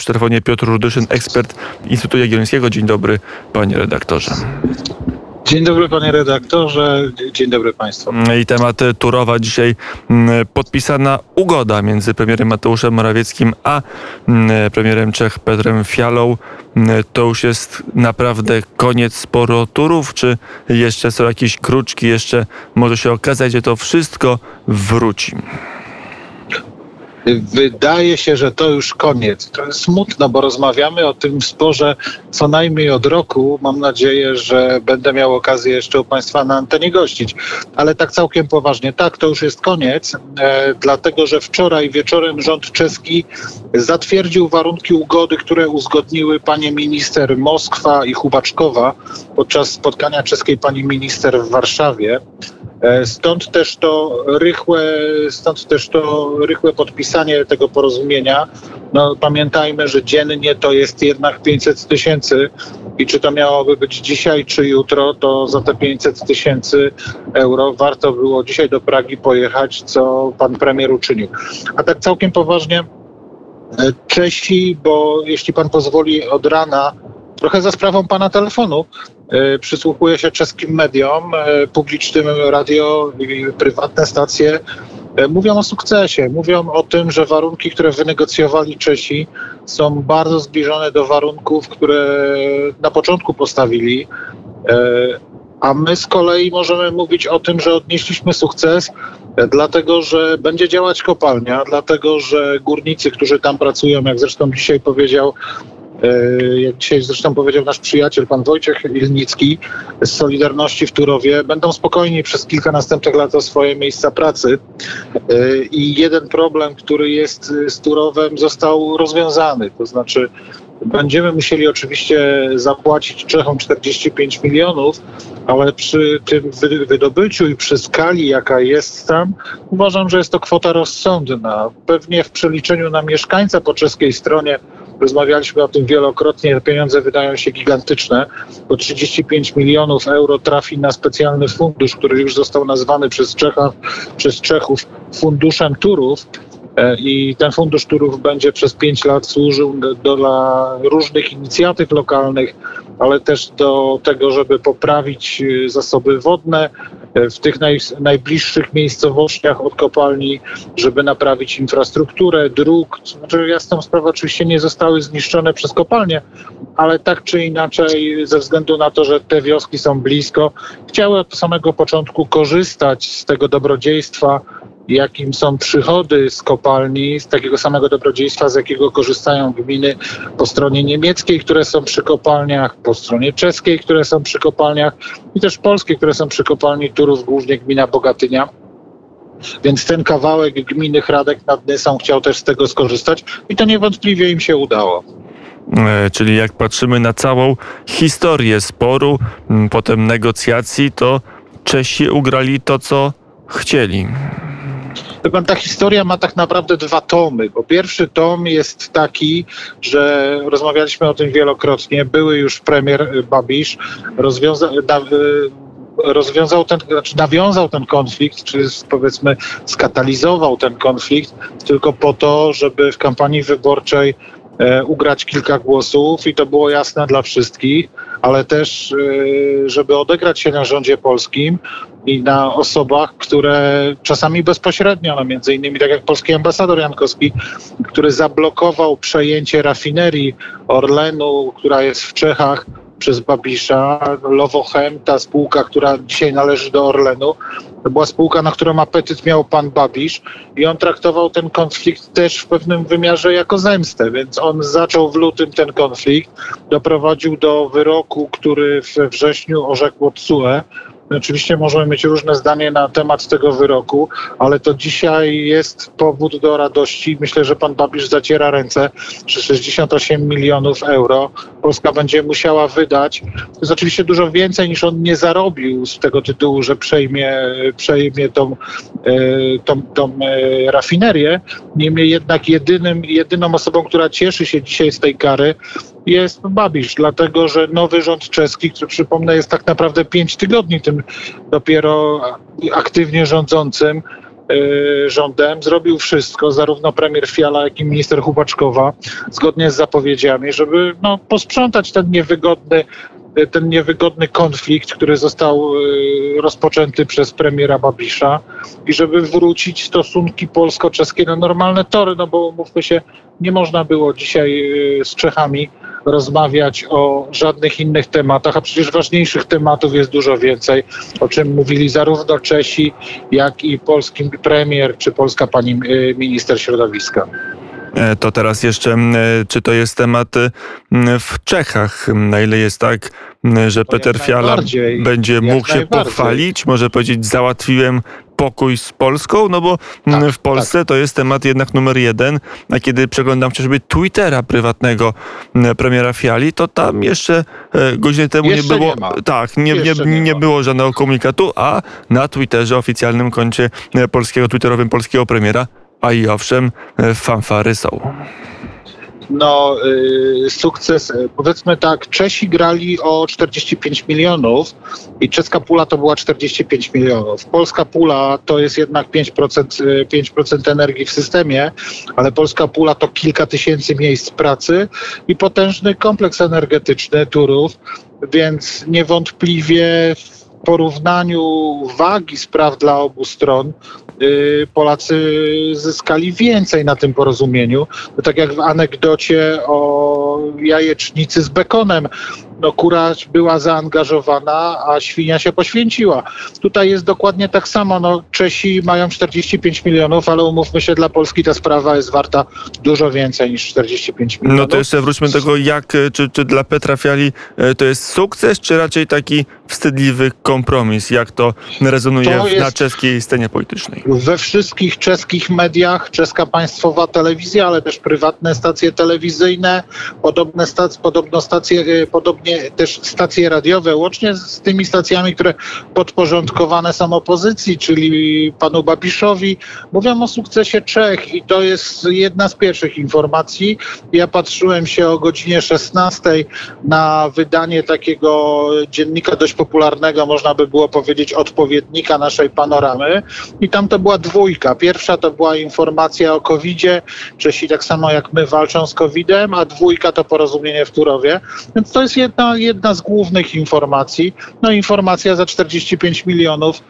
Przy telefonie Piotr Rudyszyn, ekspert Instytutu Jagiellońskiego. Dzień dobry, panie redaktorze. Dzień dobry, panie redaktorze. Dzień dobry państwu. I temat Turowa. Dzisiaj podpisana ugoda między premierem Mateuszem Morawieckim a premierem Czech Petrem Fialą. To już jest naprawdę koniec sporu o Turów, czy jeszcze są jakieś kruczki? Jeszcze może się okazać, że to wszystko wróci. Wydaje się, że to już koniec. To jest smutno, bo rozmawiamy o tym sporze co najmniej od roku. Mam nadzieję, że będę miał okazję jeszcze u państwa na antenie gościć. Ale tak całkiem poważnie, tak, to już jest koniec, dlatego że wczoraj wieczorem rząd czeski zatwierdził warunki ugody, które uzgodniły panie minister Moskwa i Hubaczkowa podczas spotkania czeskiej pani minister w Warszawie. Stąd też to rychłe podpisanie tego porozumienia. No, pamiętajmy, że dziennie to jest jednak 500 000 i czy to miałoby być dzisiaj, czy jutro, to za te 500 000 euro warto było dzisiaj do Pragi pojechać, co pan premier uczynił. A tak całkiem poważnie, Czesi, bo jeśli pan pozwoli, od rana, trochę za sprawą pana telefonu, przysłuchuję się czeskim mediom, publicznym radio i prywatne stacje mówią o sukcesie. Mówią o tym, że warunki, które wynegocjowali Czesi, są bardzo zbliżone do warunków, które na początku postawili. A my z kolei możemy mówić o tym, że odnieśliśmy sukces, dlatego że będzie działać kopalnia, dlatego że górnicy, którzy tam pracują, jak dzisiaj zresztą powiedział nasz przyjaciel, pan Wojciech Ilnicki z Solidarności w Turowie, będą spokojni przez kilka następnych lat o swoje miejsca pracy. I jeden problem, który jest z Turowem, został rozwiązany. To znaczy będziemy musieli oczywiście zapłacić Czechom 45 milionów, ale przy tym wydobyciu i przy skali, jaka jest tam, uważam, że jest to kwota rozsądna. Pewnie w przeliczeniu na mieszkańca po czeskiej stronie, rozmawialiśmy o tym wielokrotnie, te pieniądze wydają się gigantyczne, bo 35 milionów euro trafi na specjalny fundusz, który już został nazwany przez Czechów Funduszem Turów. I ten Fundusz Turów będzie przez 5 lat służył dla różnych inicjatyw lokalnych, ale też do tego, żeby poprawić zasoby wodne w tych najbliższych miejscowościach od kopalni, żeby naprawić infrastrukturę, dróg. Znaczy, jasną sprawę, oczywiście nie zostały zniszczone przez kopalnie, ale tak czy inaczej, ze względu na to, że te wioski są blisko, chciały od samego początku korzystać z tego dobrodziejstwa, jakim są przychody z kopalni, z takiego samego dobrodziejstwa, z jakiego korzystają gminy po stronie niemieckiej, które są przy kopalniach, po stronie czeskiej, które są przy kopalniach i też polskie, które są przy kopalni Turów, głównie gmina Bogatynia. Więc ten kawałek gminy Hradek nad Nysą chciał też z tego skorzystać i to niewątpliwie im się udało. Czyli jak patrzymy na całą historię sporu, potem negocjacji, to Czesi ugrali to, co chcieli. Ta historia ma tak naprawdę 2 tomy, bo pierwszy tom jest taki, że rozmawialiśmy o tym wielokrotnie, były już premier Babiš nawiązał ten konflikt, czy powiedzmy skatalizował ten konflikt tylko po to, żeby w kampanii wyborczej ugrać kilka głosów i to było jasne dla wszystkich, ale też, żeby odegrać się na rządzie polskim i na osobach, które czasami bezpośrednio, no między innymi tak jak polski ambasador Jankowski, który zablokował przejęcie rafinerii Orlenu, która jest w Czechach, przez Babisza. Lovochem, ta spółka, która dzisiaj należy do Orlenu, to była spółka, na którą apetyt miał pan Babiš i on traktował ten konflikt też w pewnym wymiarze jako zemstę, więc on zaczął w lutym ten konflikt, doprowadził do wyroku, który we wrześniu orzekło TSUE. Oczywiście możemy mieć różne zdanie na temat tego wyroku, ale to dzisiaj jest powód do radości. Myślę, że pan Babiš zaciera ręce, że 68 milionów euro Polska będzie musiała wydać. To jest oczywiście dużo więcej niż on nie zarobił z tego tytułu, że przejmie tą rafinerię. Niemniej jednak jedyną osobą, która cieszy się dzisiaj z tej kary, jest Babiš, dlatego że nowy rząd czeski, który przypomnę jest tak naprawdę 5 tygodni tym dopiero aktywnie rządzącym, rządem zrobił wszystko, zarówno premier Fiala, jak i minister Hubaczkowa, zgodnie z zapowiedziami, żeby posprzątać ten niewygodny konflikt, który został rozpoczęty przez premiera Babisza i żeby wrócić stosunki polsko-czeskie na normalne tory, bo mówmy się, nie można było dzisiaj z Czechami rozmawiać o żadnych innych tematach, a przecież ważniejszych tematów jest dużo więcej, o czym mówili zarówno Czesi, jak i polski premier, czy polska pani minister środowiska. To teraz jeszcze, czy to jest temat w Czechach? Na ile jest tak, że Peter Fiala będzie mógł się pochwalić, może powiedzieć, załatwiłem pokój z Polską? Bo w Polsce to jest temat jednak numer jeden, a kiedy przeglądam chociażby Twittera prywatnego premiera Fiali, to tam jeszcze godzinę temu jeszcze nie było. Nie było żadnego komunikatu, a na Twitterze, oficjalnym koncie twitterowym polskiego premiera, a i owszem, fanfary są. Sukces, powiedzmy tak, Czesi grali o 45 milionów i czeska pula to była 45 milionów. Polska pula to jest jednak 5% energii w systemie, ale polska pula to kilka tysięcy miejsc pracy i potężny kompleks energetyczny Turów, więc niewątpliwie w porównaniu wagi spraw dla obu stron Polacy zyskali więcej na tym porozumieniu. Tak jak w anegdocie o jajecznicy z bekonem. Kura była zaangażowana, a świnia się poświęciła. Tutaj jest dokładnie tak samo. Czesi mają 45 milionów, ale umówmy się, dla Polski ta sprawa jest warta dużo więcej niż 45 milionów. To jeszcze wróćmy do tego, czy dla Petra Fiali to jest sukces, czy raczej taki wstydliwy kompromis? Jak to rezonuje na czeskiej scenie politycznej? We wszystkich czeskich mediach, czeska państwowa telewizja, ale też prywatne stacje telewizyjne, podobnie też stacje radiowe, łącznie z tymi stacjami, które podporządkowane są opozycji, czyli panu Babiszowi, mówią o sukcesie Czech i to jest jedna z pierwszych informacji. Ja patrzyłem się o godzinie 16 na wydanie takiego dziennika dość popularnego, można by było powiedzieć odpowiednika naszej Panoramy i tam to była dwójka. Pierwsza to była informacja o COVID-zie, Czesi tak samo jak my walczą z COVID-em, a dwójka to porozumienie w Turowie. Więc to jest jedna z głównych informacji. Informacja za 45 milionów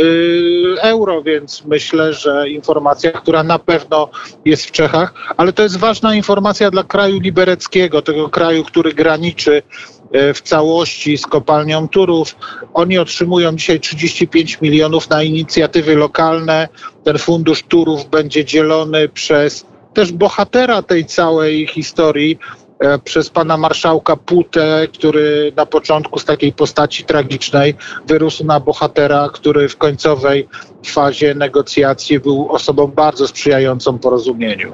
euro, więc myślę, że informacja, która na pewno jest w Czechach, ale to jest ważna informacja dla kraju libereckiego, tego kraju, który graniczy w całości z kopalnią Turów. Oni otrzymują dzisiaj 35 milionów na inicjatywy lokalne. Ten fundusz Turów będzie dzielony przez też bohatera tej całej historii, przez pana marszałka Putę, który na początku z takiej postaci tragicznej wyrósł na bohatera, który w końcowej fazie negocjacji był osobą bardzo sprzyjającą porozumieniu.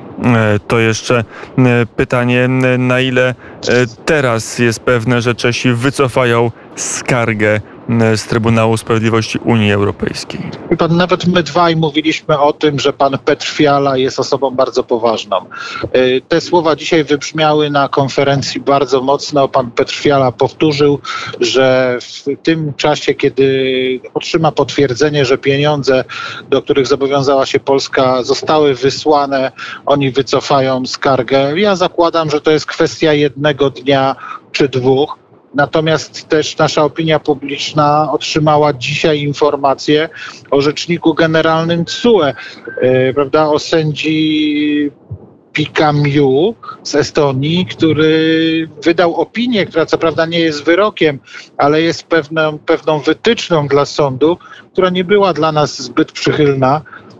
To jeszcze pytanie, na ile teraz jest pewne, że Czesi wycofają skargę z Trybunału Sprawiedliwości Unii Europejskiej? Nawet my dwaj mówiliśmy o tym, że pan Petr Fiala jest osobą bardzo poważną. Te słowa dzisiaj wybrzmiały na konferencji bardzo mocno. Pan Petr Fiala powtórzył, że w tym czasie, kiedy otrzyma potwierdzenie, że pieniądze, do których zobowiązała się Polska, zostały wysłane, oni wycofają skargę. Ja zakładam, że to jest kwestia jednego dnia czy dwóch. Natomiast też nasza opinia publiczna otrzymała dzisiaj informację o rzeczniku generalnym TSUE, o sędzi Pikamiu z Estonii, który wydał opinię, która co prawda nie jest wyrokiem, ale jest pewną wytyczną dla sądu, która nie była dla nas zbyt przychylna.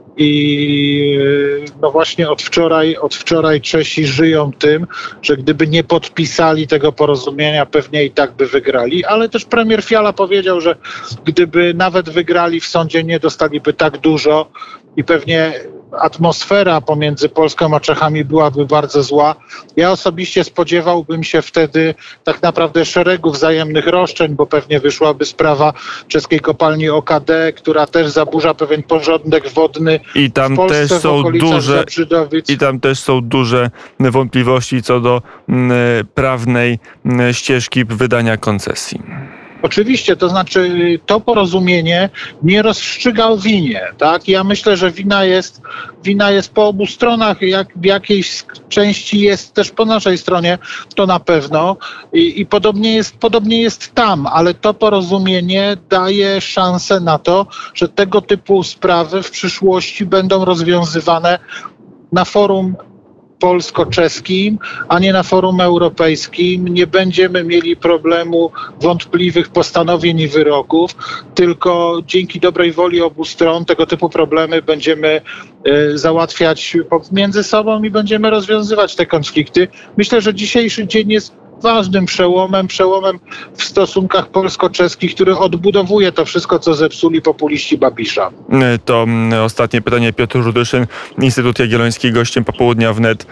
I właśnie od wczoraj Czesi żyją tym, że gdyby nie podpisali tego porozumienia, pewnie i tak by wygrali, ale też premier Fiala powiedział, że gdyby nawet wygrali w sądzie, nie dostaliby tak dużo i pewnie atmosfera pomiędzy Polską a Czechami byłaby bardzo zła. Ja osobiście spodziewałbym się wtedy tak naprawdę szeregu wzajemnych roszczeń, bo pewnie wyszłaby sprawa czeskiej kopalni OKD, która też zaburza pewien porządek wodny i tam w Polsce, też są I tam też są duże wątpliwości co do prawnej ścieżki wydania koncesji. Oczywiście, to znaczy to porozumienie nie rozstrzyga o winie, tak? Ja myślę, że wina jest po obu stronach, jak w jakiejś części jest też po naszej stronie, to na pewno i podobnie jest tam, ale to porozumienie daje szansę na to, że tego typu sprawy w przyszłości będą rozwiązywane na forum polsko-czeskim, a nie na forum europejskim. Nie będziemy mieli problemu wątpliwych postanowień i wyroków, tylko dzięki dobrej woli obu stron tego typu problemy będziemy załatwiać między sobą i będziemy rozwiązywać te konflikty. Myślę, że dzisiejszy dzień jest ważnym przełomem w stosunkach polsko-czeskich, który odbudowuje to wszystko, co zepsuli populiści Babisza. To ostatnie pytanie. Piotr Rudyszyn, Instytut Jagielloński, gościem Popołudnia wnet.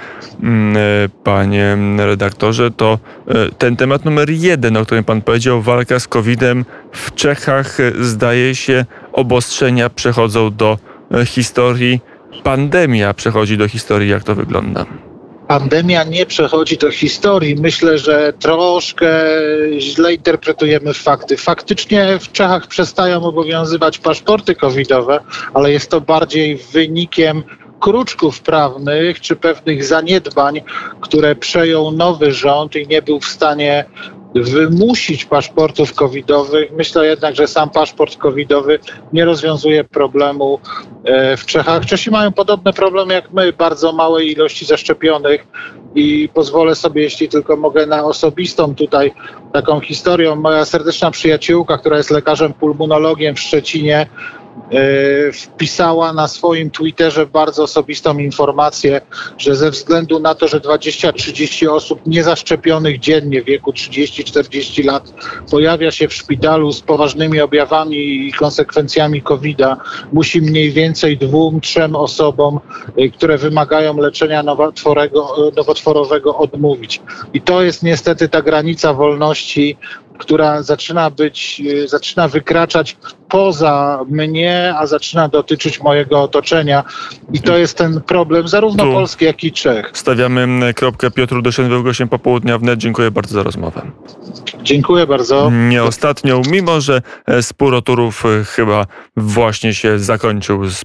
Panie redaktorze, to ten temat numer 1, o którym pan powiedział, walka z COVID-em. W Czechach, zdaje się, obostrzenia przechodzą do historii. Pandemia przechodzi do historii. Jak to wygląda? Pandemia nie przechodzi do historii. Myślę, że troszkę źle interpretujemy fakty. Faktycznie w Czechach przestają obowiązywać paszporty covidowe, ale jest to bardziej wynikiem kruczków prawnych czy pewnych zaniedbań, które przejął nowy rząd i nie był w stanie wymusić paszportów covidowych. Myślę jednak, że sam paszport covidowy nie rozwiązuje problemu w Czechach. Czesi mają podobny problem jak my, bardzo małej ilości zaszczepionych i pozwolę sobie, jeśli tylko mogę, na osobistą tutaj taką historię. Moja serdeczna przyjaciółka, która jest lekarzem pulmonologiem w Szczecinie, wpisała na swoim Twitterze bardzo osobistą informację, że ze względu na to, że 20-30 osób niezaszczepionych dziennie w wieku 30-40 lat pojawia się w szpitalu z poważnymi objawami i konsekwencjami COVID-a, musi mniej więcej 2-3 osobom, które wymagają leczenia nowotworowego, odmówić. I to jest niestety ta granica wolności, która zaczyna wykraczać poza mnie, a zaczyna dotyczyć mojego otoczenia. I to jest ten problem zarówno Polski, jak i Czech. Stawiamy kropkę. Piotr Rudyszyn był gościem Popołudnia wnet. Dziękuję bardzo za rozmowę. Dziękuję bardzo. Nie ostatnią, mimo że spór o Turów chyba właśnie się zakończył.